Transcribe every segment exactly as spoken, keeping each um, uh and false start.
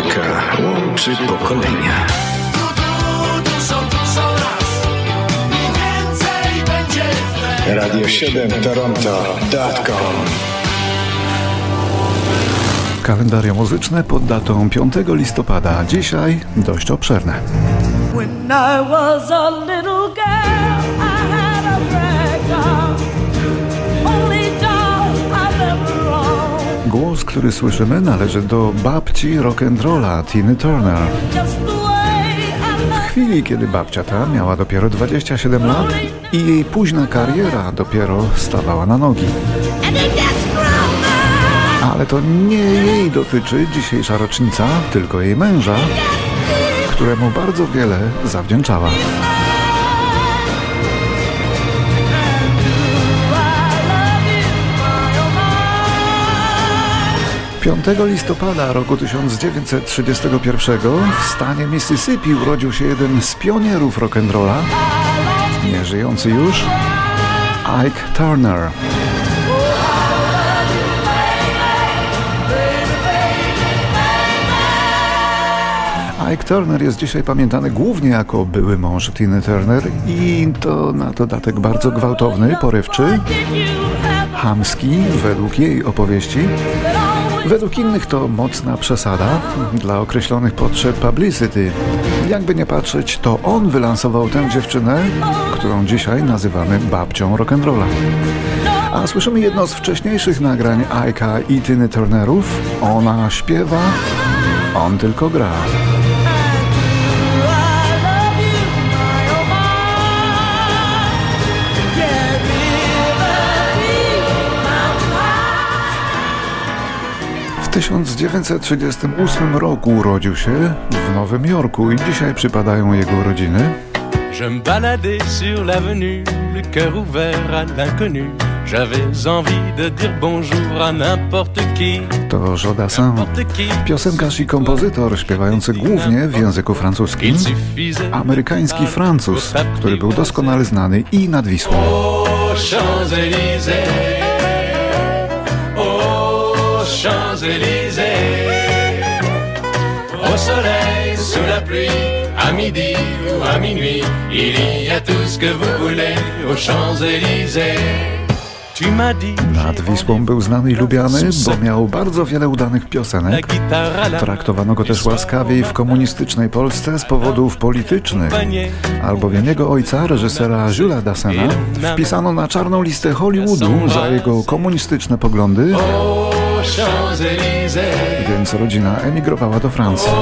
Muzyka łączy pokolenia. Radio siedem Toronto kropka com. Kalendarium muzyczne pod datą piątego listopada. Dzisiaj dość obszerne. When I was a little girl, I had a rag doll. Only doll I've ever owned. Głos, który słyszymy, należy do babci rock'n'rolla Tiny Turner. W chwili, kiedy babcia ta miała dopiero dwadzieścia siedem lat i jej późna kariera dopiero stawała na nogi. Ale to nie jej dotyczy dzisiejsza rocznica, tylko jej męża, któremu bardzo wiele zawdzięczała. piątego listopada roku tysiąc dziewięćset trzydziestego pierwszego w stanie Mississippi urodził się jeden z pionierów rock'n'rolla, nieżyjący już, Ike Turner. Ike Turner jest dzisiaj pamiętany głównie jako były mąż Tiny Turner i to na dodatek bardzo gwałtowny, porywczy, chamski według jej opowieści. Według innych to mocna przesada dla określonych potrzeb publicity. Jakby nie patrzeć, to on wylansował tę dziewczynę, którą dzisiaj nazywamy babcią rock'n'rolla. A słyszymy jedno z wcześniejszych nagrań Ike'a i Tiny Turnerów. Ona śpiewa, on tylko gra. W tysiąc dziewięćset trzydziestym ósmym roku urodził się w Nowym Jorku i dzisiaj przypadają jego urodziny. Je me baladais sur l'avenue, le cœur ouvert à l'inconnu. J'avais envie de dire bonjour à n'importe qui. To Joe Dassin, piosenkarz i kompozytor śpiewający głównie w języku francuskim. Amerykański Francuz, który był doskonale znany i nad Wisłą. Champs-Élysées, au soleil, sous la pluie, à midi ou à minuit, il y a tout ce que vous voulez aux Champs-Élysées. Nad Wisłą był znany i lubiany, bo miał bardzo wiele udanych piosenek. Traktowano go też łaskawiej w komunistycznej Polsce z powodów politycznych, albowiem jego ojca, reżysera Julesa Dassena, wpisano na czarną listę Hollywoodu za jego komunistyczne poglądy, więc rodzina emigrowała do Francji.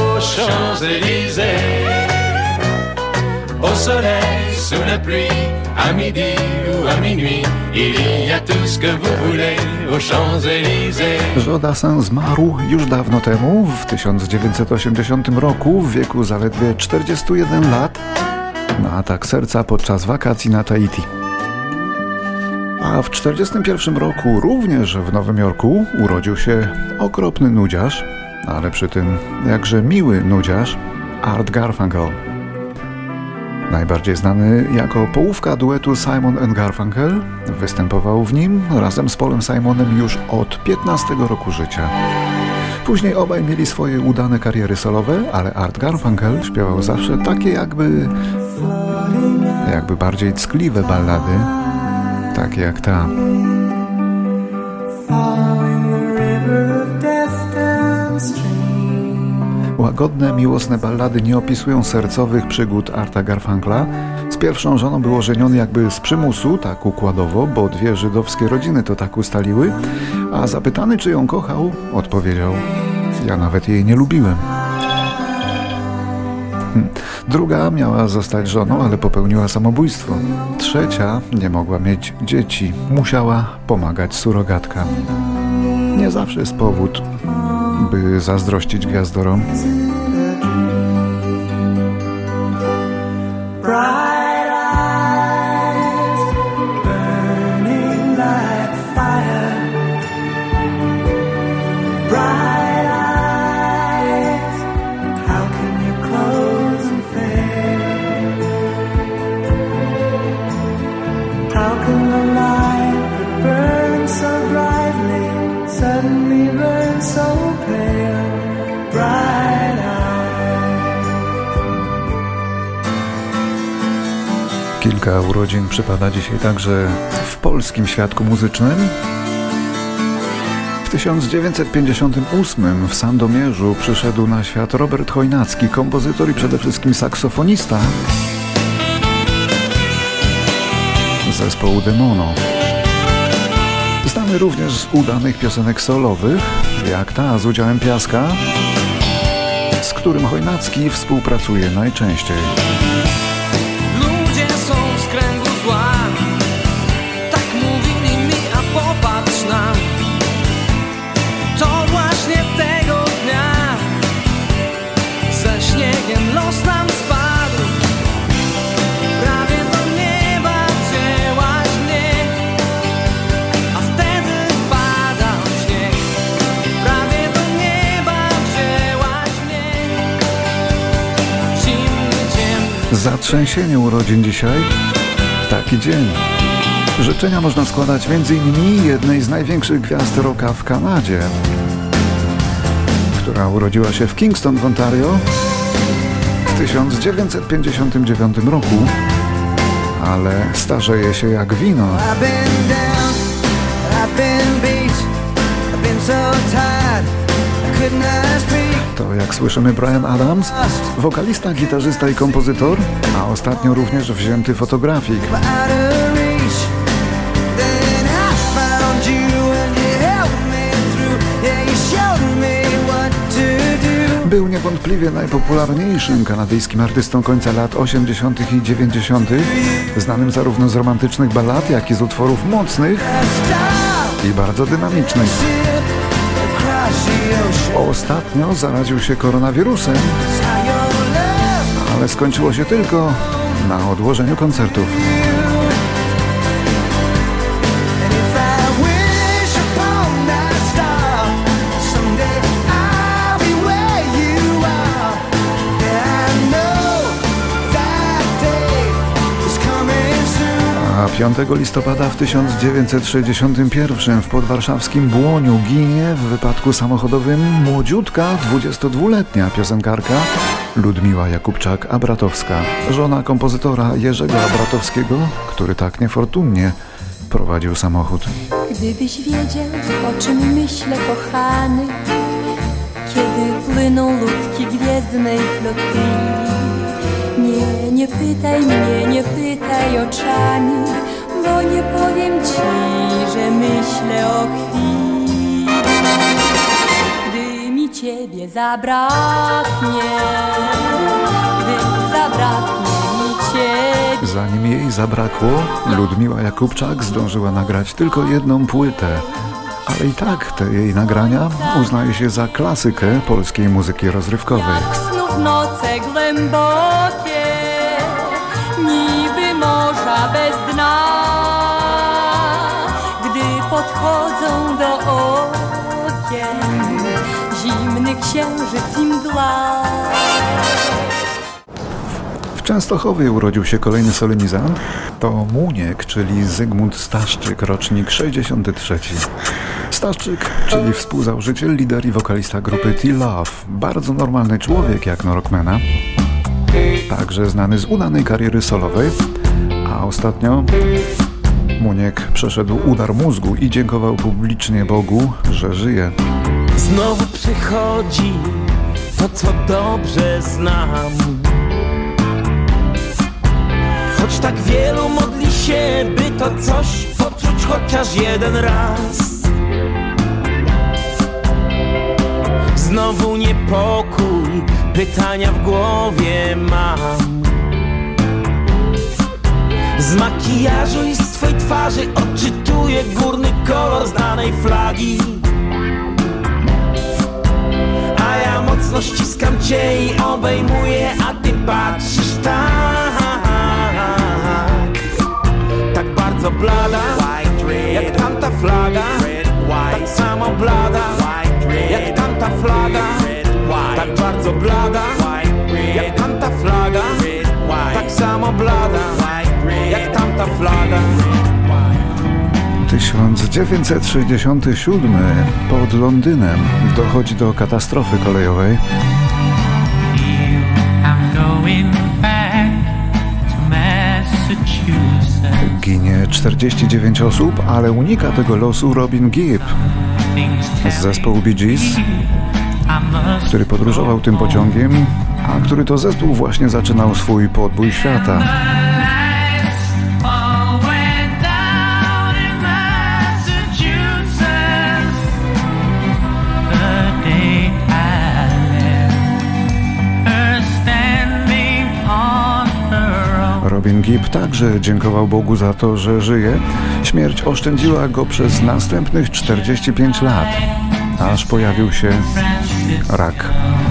Au soleil, sous la pluie, à midi ou à minuit, il y a tout ce que vous voulez aux Champs-Élysées. Joe Dassin zmarł już dawno temu, w tysiąc dziewięćset osiemdziesiątym roku, w wieku zaledwie czterdziestu jeden lat, na atak serca podczas wakacji na Tahiti. A w czterdziestym pierwszym roku również w Nowym Jorku urodził się okropny nudziarz, ale przy tym jakże miły nudziarz, Art Garfunkel. Najbardziej znany jako połówka duetu Simon and Garfunkel, występował w nim razem z Paulem Simonem już od piętnastego roku życia. Później obaj mieli swoje udane kariery solowe, ale Art Garfunkel śpiewał zawsze takie jakby, jakby bardziej ckliwe ballady, takie jak ta. Łagodne, miłosne ballady nie opisują sercowych przygód Arta Garfunkla. Z pierwszą żoną był ożeniony jakby z przymusu, tak układowo, bo dwie żydowskie rodziny to tak ustaliły, a zapytany, czy ją kochał, odpowiedział: ja nawet jej nie lubiłem. Druga miała zostać żoną, ale popełniła samobójstwo. Trzecia nie mogła mieć dzieci, musiała pomagać surogatkam. Nie zawsze jest powód, by zazdrościć gwiazdorom. Suddenly burn so pale, bright. Kilka urodzin przypada dzisiaj także w polskim świadku muzycznym. W tysiąc dziewięćset pięćdziesiątym ósmym w Sandomierzu przyszedł na świat Robert Chojnacki, kompozytor i przede wszystkim saksofonista zespołu Demono. Znany również z udanych piosenek solowych, jak ta z udziałem Piaska, z którym Chojnacki współpracuje najczęściej. Ludzie są z kręgu zła, tak mówili mi, a popatrz na to właśnie tego dnia. Ze śniegiem los nam spadł, prawie do nieba wzięłaś mnie, a wtedy padał śnieg. Prawie do nieba wzięłaś mnie, zimny dzień. Zatrzęsienie urodzin dzisiaj. Taki dzień. Życzenia można składać między innymi jednej z największych gwiazd rocka w Kanadzie, która urodziła się w Kingston w Ontario w tysiąc dziewięćset pięćdziesiątym dziewiątym roku, ale starzeje się jak wino. To, jak słyszymy, Bryan Adams, wokalista, gitarzysta i kompozytor, a ostatnio również wzięty fotografik. Był niewątpliwie najpopularniejszym kanadyjskim artystą końca lat osiemdziesiątych i dziewięćdziesiątych, znanym zarówno z romantycznych ballad, jak i z utworów mocnych i bardzo dynamicznych. Ostatnio zaraził się koronawirusem, ale skończyło się tylko na odłożeniu koncertów. A piątego listopada w tysiąc dziewięćset sześćdziesiątym pierwszym w podwarszawskim Błoniu ginie w wypadku samochodowym młodziutka, dwudziestodwuletnia piosenkarka Ludmiła Jakubczak-Abratowska, żona kompozytora Jerzego Abratowskiego, który tak niefortunnie prowadził samochód. Gdybyś wiedział, o czym myślę, kochany, kiedy płyną ludki gwiezdnej flotylli. Nie, nie pytaj mnie, nie pytaj oczami, bo nie powiem ci, że myślę o chwili, gdy mi ciebie zabraknie, gdy zabraknie mi ciebie. Zanim jej zabrakło, Ludmiła Jakubczak zdążyła nagrać tylko jedną płytę, ale i tak te jej nagrania uznaje się za klasykę polskiej muzyki rozrywkowej. Znów noce głębokie, niby morza bez dna, gdy podchodzą do okien zimny księżyc i mgła. W Częstochowie urodził się kolejny solenizant. To Muniek, czyli Zygmunt Staszczyk, rocznik sześćdziesiąty trzeci. Staszczyk, czyli współzałożyciel, lider i wokalista grupy T-Love. Bardzo normalny człowiek jak na rockmana. Także znany z udanej kariery solowej. A ostatnio Muniek przeszedł udar mózgu i dziękował publicznie Bogu, że żyje. Znowu przychodzi to, co dobrze znam. Choć tak wielu modli się, by to coś poczuć chociaż jeden raz. Znowu niepokój, pytania w głowie mam. Z makijażu i z twej twarzy odczytuję górny kolor znanej flagi. A ja mocno ściskam cię i obejmuję, a ty patrzysz tak. Tak bardzo blada, jak tamta flaga. Tak samo blada, jak tamta flaga. Tak bardzo blada, jak tamta flaga. Tak samo blada, jak tamta flaga. tysiąc dziewięćset sześćdziesiąty siódmy. Pod Londynem dochodzi do katastrofy kolejowej. I'm going back to Massachusetts. Ginie czterdzieści dziewięć osób, ale unika tego losu Robin Gibb z zespołu Bee Gees, który podróżował tym pociągiem, a który to zespół właśnie zaczynał swój podbój świata. Robin Gibb także dziękował Bogu za to, że żyje. Śmierć oszczędziła go przez następnych czterdzieści pięć lat, aż pojawił się rak.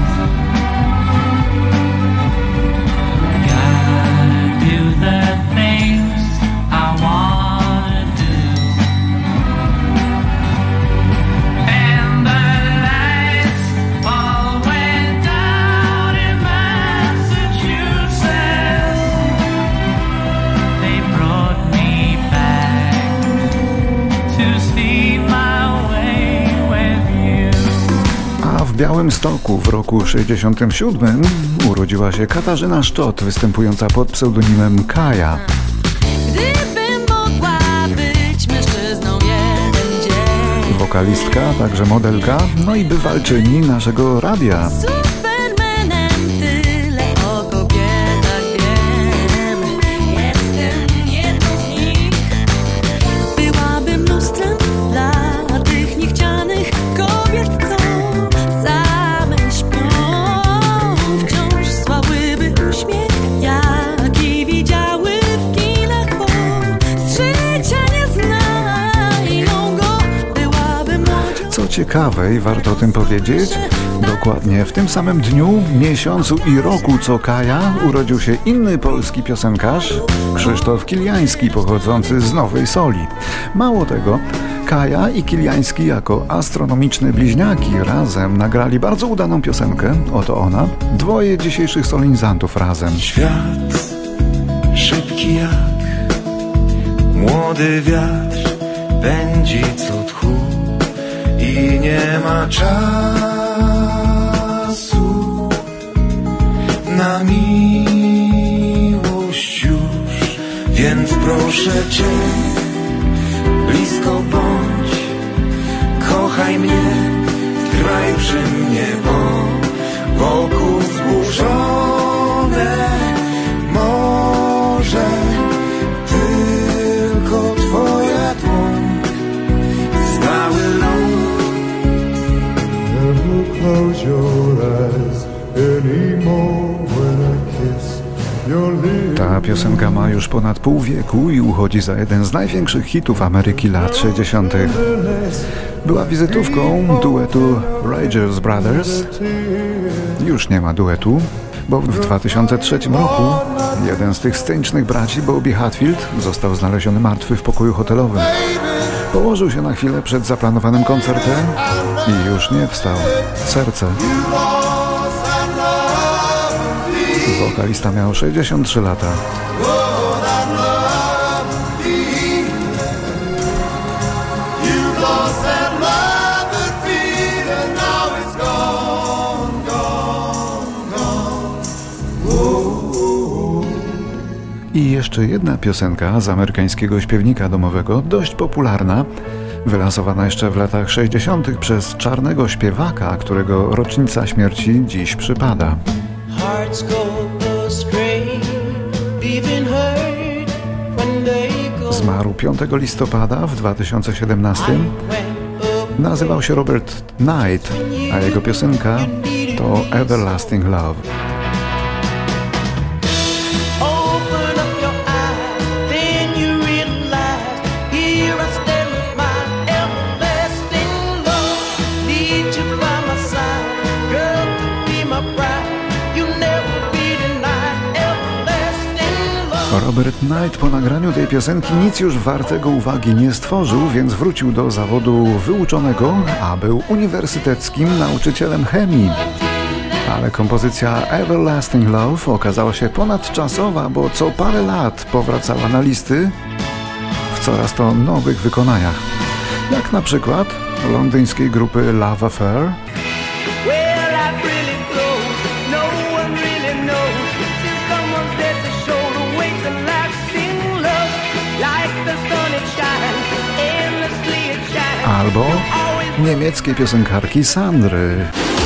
W Białymstoku w roku sześćdziesiątym siódmym urodziła się Katarzyna Sztot, występująca pod pseudonimem Kaja. Gdybym mogła być mężczyzną jeden dzień. Wokalistka, także modelka, no i bywalczyni naszego radia. Supermanem tyle o kobietach wiem. Jestem jedną z nich. Byłabym lustrem dla tych niechcianych kobiet, co same śpią. Wciąż słałyby uśmiech, jaki widziały w kinach, bo z życia nie znają go. Byłabym młodzią. Co ciekawe i warto o tym powiedzieć, dokładnie w tym samym dniu, miesiącu i roku co Kaja urodził się inny polski piosenkarz, Krzysztof Kiliański, pochodzący z Nowej Soli. Mało tego, Kaja i Kiliański jako astronomiczne bliźniaki razem nagrali bardzo udaną piosenkę. Oto ona, dwoje dzisiejszych solenizantów razem. Świat szybki jak młody wiatr pędzi co tchu i nie ma czasu na miłość już, więc proszę Cię, blisko bądź, kochaj mnie, trwaj przy mnie, bo wokół zburzone może tylko Twoja dłoń, stały ląd. Never close your eyes anymore when I kiss your lips. Ta piosenka ma już ponad pół wieku i uchodzi za jeden z największych hitów Ameryki lat sześćdziesiątych. Była wizytówką duetu Rogers Brothers. Już nie ma duetu, bo w dwa tysiące trzecim roku jeden z tych scenicznych braci, Bobby Hatfield, został znaleziony martwy w pokoju hotelowym. Położył się na chwilę przed zaplanowanym koncertem i już nie wstał. Serce. Wokalista miał sześćdziesiąt trzy lata. I jeszcze jedna piosenka z amerykańskiego śpiewnika domowego, dość popularna, wylansowana jeszcze w latach sześćdziesiątych przez czarnego śpiewaka, którego rocznica śmierci dziś przypada. Zmarł piątego listopada w dwa tysiące siedemnastym. Nazywał się Robert Knight, a jego piosenka to Everlasting Love. Robert Knight po nagraniu tej piosenki nic już wartego uwagi nie stworzył, więc wrócił do zawodu wyuczonego, a był uniwersyteckim nauczycielem chemii. Ale kompozycja Everlasting Love okazała się ponadczasowa, bo co parę lat powracała na listy w coraz to nowych wykonaniach. Jak na przykład londyńskiej grupy Love Affair, albo niemieckiej piosenkarki Sandry.